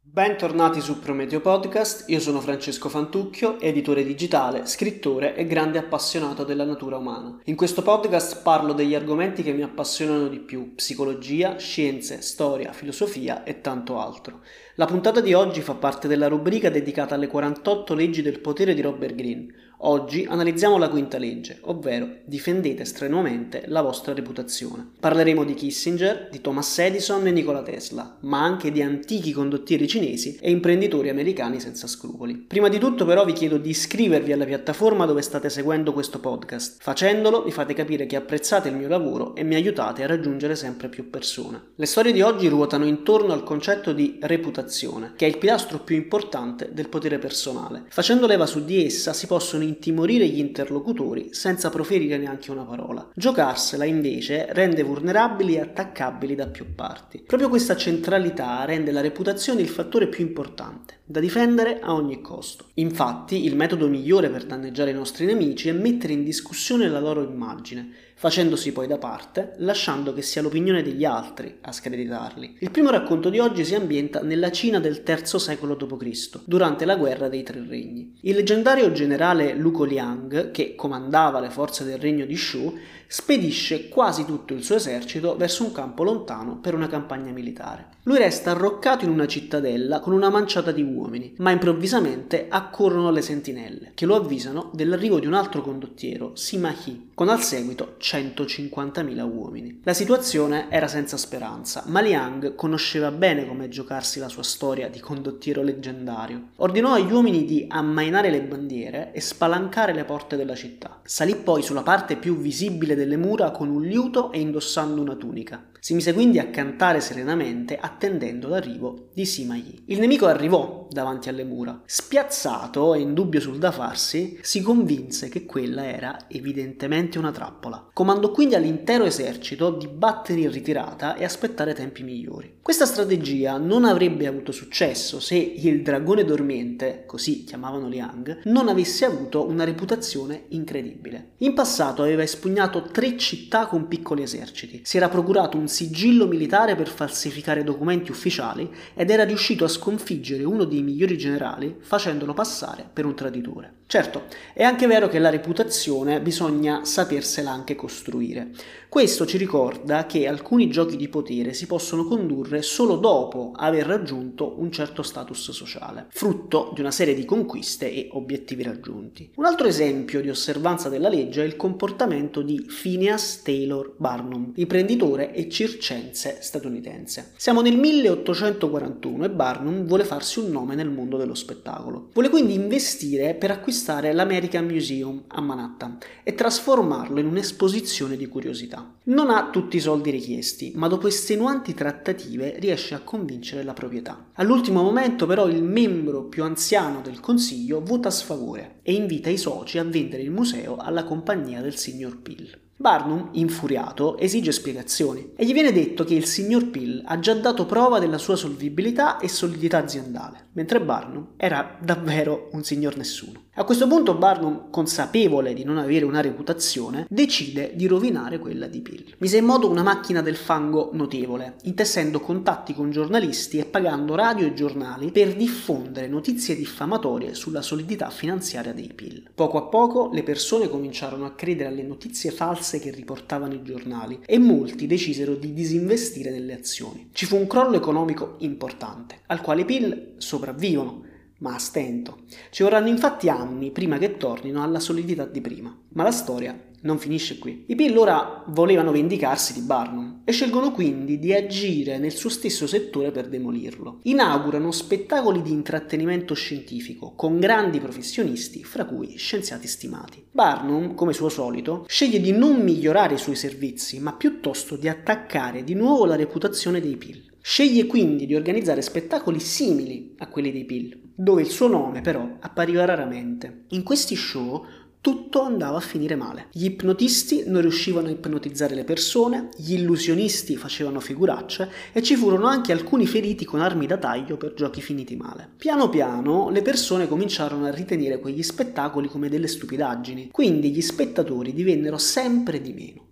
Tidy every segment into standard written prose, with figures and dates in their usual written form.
Bentornati su Prometeo Podcast, io sono Francesco Fantucchio, editore digitale, scrittore e grande appassionato della natura umana. In questo podcast parlo degli argomenti che mi appassionano di più: psicologia, scienze, storia, filosofia e tanto altro. La puntata di oggi fa parte della rubrica dedicata alle 48 leggi del potere di Robert Greene. Oggi analizziamo la quinta legge, ovvero difendete strenuamente la vostra reputazione. Parleremo di Kissinger, di Thomas Edison e Nikola Tesla, ma anche di antichi condottieri cinesi e imprenditori americani senza scrupoli. Prima di tutto però vi chiedo di iscrivervi alla piattaforma dove state seguendo questo podcast. Facendolo mi fate capire che apprezzate il mio lavoro e mi aiutate a raggiungere sempre più persone. Le storie di oggi ruotano intorno al concetto di reputazione, che è il pilastro più importante del potere personale. Facendo leva su di essa si possono intimorire gli interlocutori senza proferire neanche una parola. Giocarsela invece rende vulnerabili e attaccabili da più parti. Proprio questa centralità rende la reputazione il fattore più importante, da difendere a ogni costo. Infatti, il metodo migliore per danneggiare i nostri nemici è mettere in discussione la loro immagine, facendosi poi da parte, lasciando che sia l'opinione degli altri a screditarli. Il primo racconto di oggi si ambienta nella Cina del III secolo d.C., durante la guerra dei Tre Regni. Il leggendario generale Luko Liang, che comandava le forze del regno di Shu, spedisce quasi tutto il suo esercito verso un campo lontano per una campagna militare. Lui resta arroccato in una cittadella con una manciata di uomini, ma improvvisamente accorrono le sentinelle, che lo avvisano dell'arrivo di un altro condottiero, Sima Yi, con al seguito 150.000 uomini. La situazione era senza speranza, ma Liang conosceva bene come giocarsi la sua storia di condottiero leggendario. Ordinò agli uomini di ammainare le bandiere e spalancare le porte della città. Salì poi sulla parte più visibile delle mura con un liuto e indossando una tunica. Si mise quindi a cantare serenamente, attendendo l'arrivo di Sima Yi. Il nemico arrivò davanti alle mura. Spiazzato e in dubbio sul da farsi, si convinse che quella era evidentemente una trappola. Comandò quindi all'intero esercito di battere in ritirata e aspettare tempi migliori. Questa strategia non avrebbe avuto successo se il dragone dormiente, così chiamavano Liang, non avesse avuto una reputazione incredibile. In passato aveva espugnato 3 città con piccoli eserciti, si era procurato un sigillo militare per falsificare documenti ufficiali ed era riuscito a sconfiggere uno dei migliori generali facendolo passare per un traditore. Certo, è anche vero che la reputazione bisogna sapersela anche costruire. Questo ci ricorda che alcuni giochi di potere si possono condurre solo dopo aver raggiunto un certo status sociale, frutto di una serie di conquiste e obiettivi raggiunti. Un altro esempio di osservanza della legge è il comportamento di Phineas Taylor Barnum, imprenditore e circense statunitense. Siamo nel 1841 e Barnum vuole farsi un nome nel mondo dello spettacolo. Vuole quindi investire per acquistare l'American Museum a Manhattan e trasformarlo in un'esposizione di curiosità. Non ha tutti i soldi richiesti, ma dopo estenuanti trattative riesce a convincere la proprietà. All'ultimo momento però il membro più anziano del consiglio vota a sfavore e invita i soci a vendere il museo alla compagnia del signor Pill. Barnum, infuriato, esige spiegazioni e gli viene detto che il signor Pill ha già dato prova della sua solvibilità e solidità aziendale, mentre Barnum era davvero un signor nessuno. A questo punto Barnum, consapevole di non avere una reputazione, decide di rovinare quella di Pill. Mise in moto una macchina del fango notevole, intessendo contatti con giornalisti e pagando radio e giornali per diffondere notizie diffamatorie sulla solidità finanziaria dei Pill. Poco a poco le persone cominciarono a credere alle notizie false che riportavano i giornali e molti decisero di disinvestire nelle azioni. Ci fu un crollo economico importante, al quale i Pill sopravvivono, ma a stento. Ci vorranno infatti anni prima che tornino alla solidità di prima. Ma la storia non finisce qui. I Pill ora volevano vendicarsi di Barnum e scelgono quindi di agire nel suo stesso settore per demolirlo. Inaugurano spettacoli di intrattenimento scientifico con grandi professionisti, fra cui scienziati stimati. Barnum, come suo solito, sceglie di non migliorare i suoi servizi, ma piuttosto di attaccare di nuovo la reputazione dei Pill. Sceglie quindi di organizzare spettacoli simili a quelli dei Pill, dove il suo nome però appariva raramente. In questi show tutto andava a finire male. Gli ipnotisti non riuscivano a ipnotizzare le persone, gli illusionisti facevano figuracce e ci furono anche alcuni feriti con armi da taglio per giochi finiti male. Piano piano le persone cominciarono a ritenere quegli spettacoli come delle stupidaggini, quindi gli spettatori divennero sempre di meno.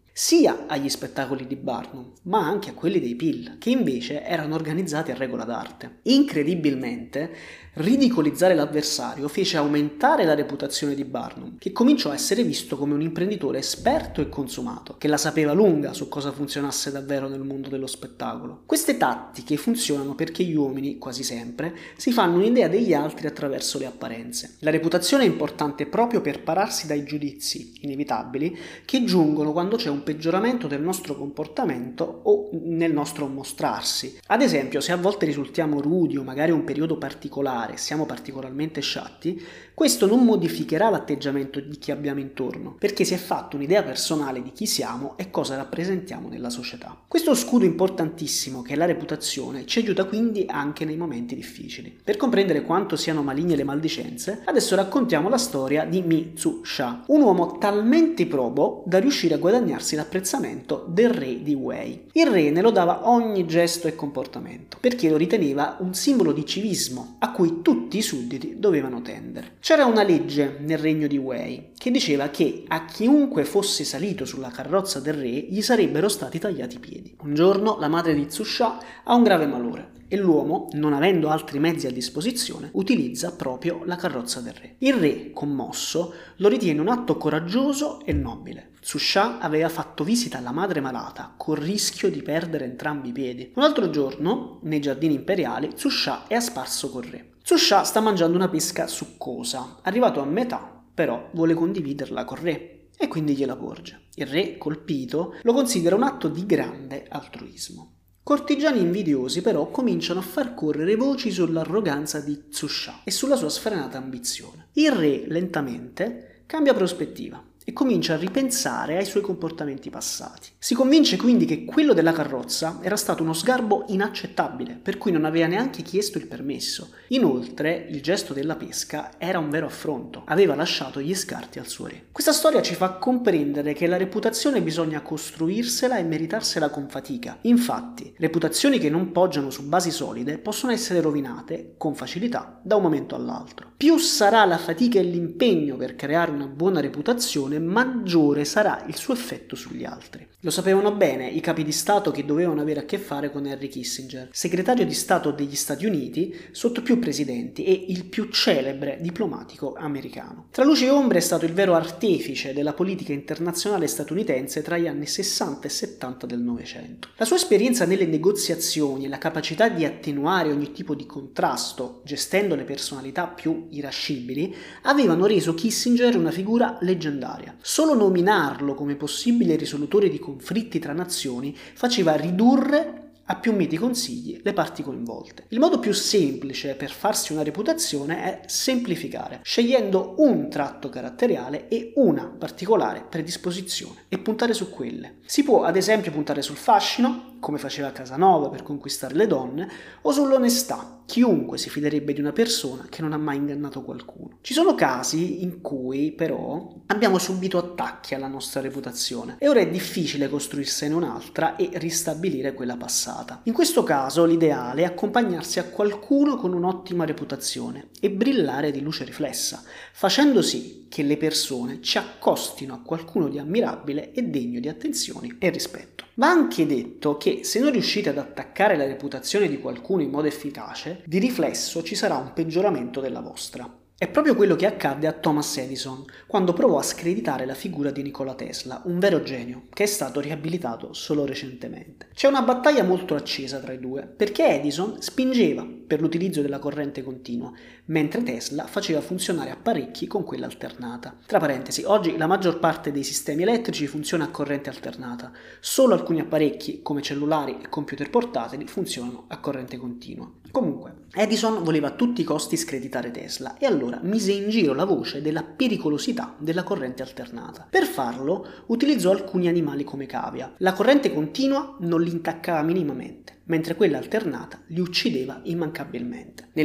sia agli spettacoli di Barnum, ma anche a quelli dei Peel, che invece erano organizzati a regola d'arte. Incredibilmente, ridicolizzare l'avversario fece aumentare la reputazione di Barnum, che cominciò a essere visto come un imprenditore esperto e consumato, che la sapeva lunga su cosa funzionasse davvero nel mondo dello spettacolo. Queste tattiche funzionano perché gli uomini, quasi sempre, si fanno un'idea degli altri attraverso le apparenze. La reputazione è importante proprio per pararsi dai giudizi inevitabili che giungono quando c'è un peggioramento del nostro comportamento o nel nostro mostrarsi. Ad esempio, se a volte risultiamo rudi o magari un periodo particolare, siamo particolarmente sciatti, questo non modificherà l'atteggiamento di chi abbiamo intorno, perché si è fatto un'idea personale di chi siamo e cosa rappresentiamo nella società. Questo scudo importantissimo che è la reputazione ci aiuta quindi anche nei momenti difficili. Per comprendere quanto siano maligne le maldicenze, adesso raccontiamo la storia di Mi Tzu Sha, un uomo talmente probo da riuscire a guadagnarsi l'apprezzamento del re di Wei. Il re ne lodava ogni gesto e comportamento, perché lo riteneva un simbolo di civismo a cui tutti i sudditi dovevano tendere. C'era una legge nel regno di Wei che diceva che a chiunque fosse salito sulla carrozza del re gli sarebbero stati tagliati i piedi. Un giorno la madre di Tzu Sha ha un grave malore e l'uomo, non avendo altri mezzi a disposizione, utilizza proprio la carrozza del re. Il re, commosso, lo ritiene un atto coraggioso e nobile. Tzu Sha aveva fatto visita alla madre malata, col rischio di perdere entrambi i piedi. Un altro giorno, nei giardini imperiali, Tzu Sha è a sparso col re. Tzu Sha sta mangiando una pesca succosa. Arrivato a metà, però, vuole condividerla col re e quindi gliela porge. Il re, colpito, lo considera un atto di grande altruismo. Cortigiani invidiosi però cominciano a far correre voci sull'arroganza di Tzu Sha e sulla sua sfrenata ambizione. Il re lentamente cambia prospettiva e comincia a ripensare ai suoi comportamenti passati. Si convince quindi che quello della carrozza era stato uno sgarbo inaccettabile, per cui non aveva neanche chiesto il permesso. Inoltre, il gesto della pesca era un vero affronto, aveva lasciato gli scarti al suo re. Questa storia ci fa comprendere che la reputazione bisogna costruirsela e meritarsela con fatica. Infatti, reputazioni che non poggiano su basi solide possono essere rovinate con facilità da un momento all'altro. Più sarà la fatica e l'impegno per creare una buona reputazione, maggiore sarà il suo effetto sugli altri. Lo sapevano bene i capi di Stato che dovevano avere a che fare con Henry Kissinger, segretario di Stato degli Stati Uniti sotto più presidenti e il più celebre diplomatico americano. Tra luci e ombre è stato il vero artefice della politica internazionale statunitense tra gli anni 60 e 70 del Novecento. La sua esperienza nelle negoziazioni e la capacità di attenuare ogni tipo di contrasto, gestendo le personalità più irascibili, avevano reso Kissinger una figura leggendaria. Solo nominarlo come possibile risolutore di conflitti tra nazioni faceva ridurre a più miti consigli le parti coinvolte. Il modo più semplice per farsi una reputazione è semplificare, scegliendo un tratto caratteriale e una particolare predisposizione e puntare su quelle. Si può ad esempio puntare sul fascino, come faceva Casanova per conquistare le donne, o sull'onestà. Chiunque si fiderebbe di una persona che non ha mai ingannato qualcuno. Ci sono casi in cui, però, abbiamo subito attacchi alla nostra reputazione e ora è difficile costruirsene un'altra e ristabilire quella passata. In questo caso l'ideale è accompagnarsi a qualcuno con un'ottima reputazione e brillare di luce riflessa, facendo sì che le persone ci accostino a qualcuno di ammirabile e degno di attenzioni e rispetto. Va anche detto che se non riuscite ad attaccare la reputazione di qualcuno in modo efficace, di riflesso ci sarà un peggioramento della vostra. È proprio quello che accadde a Thomas Edison quando provò a screditare la figura di Nikola Tesla, un vero genio, che è stato riabilitato solo recentemente. C'è una battaglia molto accesa tra i due, perché Edison spingeva per l'utilizzo della corrente continua, mentre Tesla faceva funzionare apparecchi con quella alternata. Tra parentesi, oggi la maggior parte dei sistemi elettrici funziona a corrente alternata, solo alcuni apparecchi come cellulari e computer portatili funzionano a corrente continua. Comunque, Edison voleva a tutti i costi screditare Tesla e allora mise in giro la voce della pericolosità della corrente alternata. Per farlo utilizzò alcuni animali come cavia. La corrente continua non li intaccava minimamente, mentre quella alternata li uccideva immancabilmente. Nel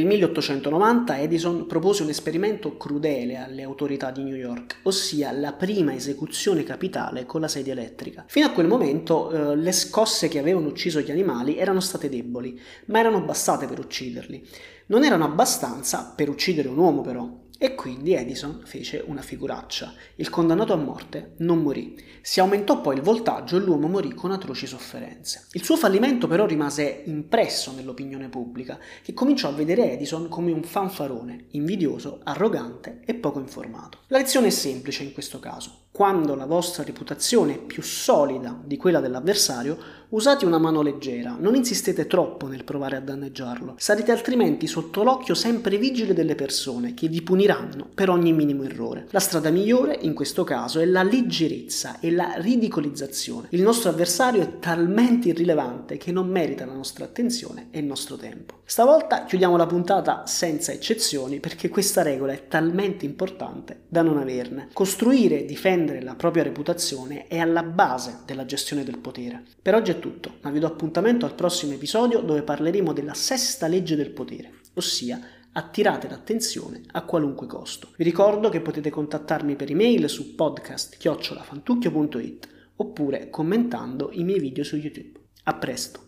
1890 Edison propose un esperimento crudele alle autorità di New York, ossia la prima esecuzione capitale con la sedia elettrica. Fino a quel momento le scosse che avevano ucciso gli animali erano state deboli, ma erano bastate per ucciderli. Non erano abbastanza per uccidere un uomo però. E quindi Edison fece una figuraccia. Il condannato a morte non morì. Si aumentò poi il voltaggio e l'uomo morì con atroci sofferenze. Il suo fallimento però rimase impresso nell'opinione pubblica, che cominciò a vedere Edison come un fanfarone, invidioso, arrogante e poco informato. La lezione è semplice in questo caso. Quando la vostra reputazione è più solida di quella dell'avversario, usate una mano leggera, non insistete troppo nel provare a danneggiarlo. Sarete altrimenti sotto l'occhio sempre vigile delle persone che vi puniranno per ogni minimo errore. La strada migliore in questo caso è la leggerezza e la ridicolizzazione. Il nostro avversario è talmente irrilevante che non merita la nostra attenzione e il nostro tempo. Stavolta chiudiamo la puntata senza eccezioni perché questa regola è talmente importante da non averne. Costruire e difendere la propria reputazione è alla base della gestione del potere. Per oggi è tutto, ma vi do appuntamento al prossimo episodio dove parleremo della sesta legge del potere, ossia attirate l'attenzione a qualunque costo. Vi ricordo che potete contattarmi per email su podcast@fantucchio.it oppure commentando i miei video su YouTube. A presto!